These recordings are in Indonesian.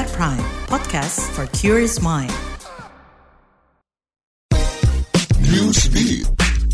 At Prime, podcast for curious mind. Newsbeat.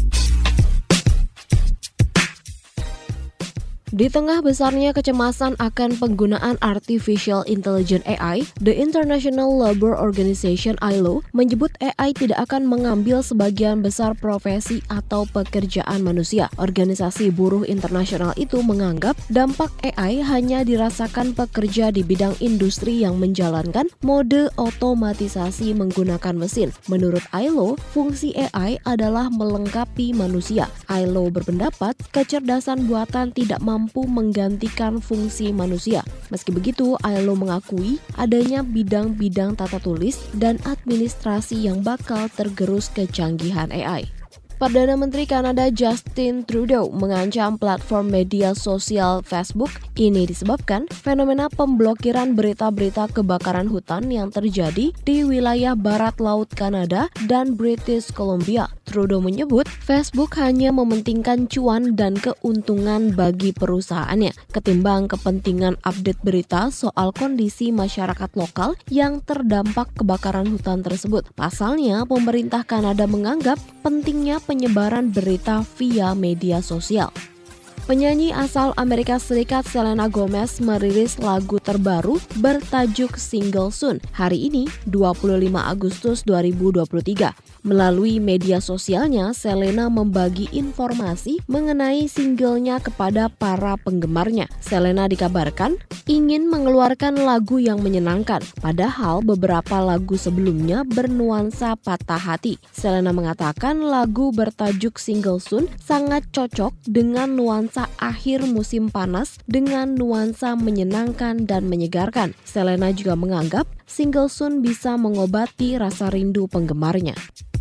Di tengah besarnya kecemasan akan penggunaan Artificial Intelligence AI, The International Labour Organization (ILO) menyebut AI tidak akan mengambil sebagian besar profesi atau pekerjaan manusia. Organisasi buruh internasional itu menganggap dampak AI hanya dirasakan pekerja di bidang industri yang menjalankan mode otomatisasi menggunakan mesin. Menurut ILO, fungsi AI adalah melengkapi manusia. ILO berpendapat kecerdasan buatan tidak mampu menggantikan fungsi manusia. Meski begitu, ILO mengakui adanya bidang-bidang tata tulis dan administrasi yang bakal tergerus kecanggihan AI. Perdana Menteri Kanada Justin Trudeau mengancam platform media sosial Facebook. Ini disebabkan fenomena pemblokiran berita-berita kebakaran hutan yang terjadi di wilayah barat laut Kanada dan British Columbia. Trudeau menyebut Facebook hanya mementingkan cuan dan keuntungan bagi perusahaannya ketimbang kepentingan update berita soal kondisi masyarakat lokal yang terdampak kebakaran hutan tersebut. Pasalnya, pemerintah Kanada menganggap pentingnya penyebaran berita via media sosial. Penyanyi asal Amerika Serikat Selena Gomez merilis lagu terbaru bertajuk Single Soon hari ini, 25 Agustus 2023. Melalui media sosialnya, Selena membagi informasi mengenai singlenya kepada para penggemarnya. Selena dikabarkan ingin mengeluarkan lagu yang menyenangkan, padahal beberapa lagu sebelumnya bernuansa patah hati. Selena mengatakan lagu bertajuk Single Soon sangat cocok dengan nuansa akhir musim panas dengan nuansa menyenangkan dan menyegarkan. Selena juga menganggap Single Soon bisa mengobati rasa rindu penggemarnya.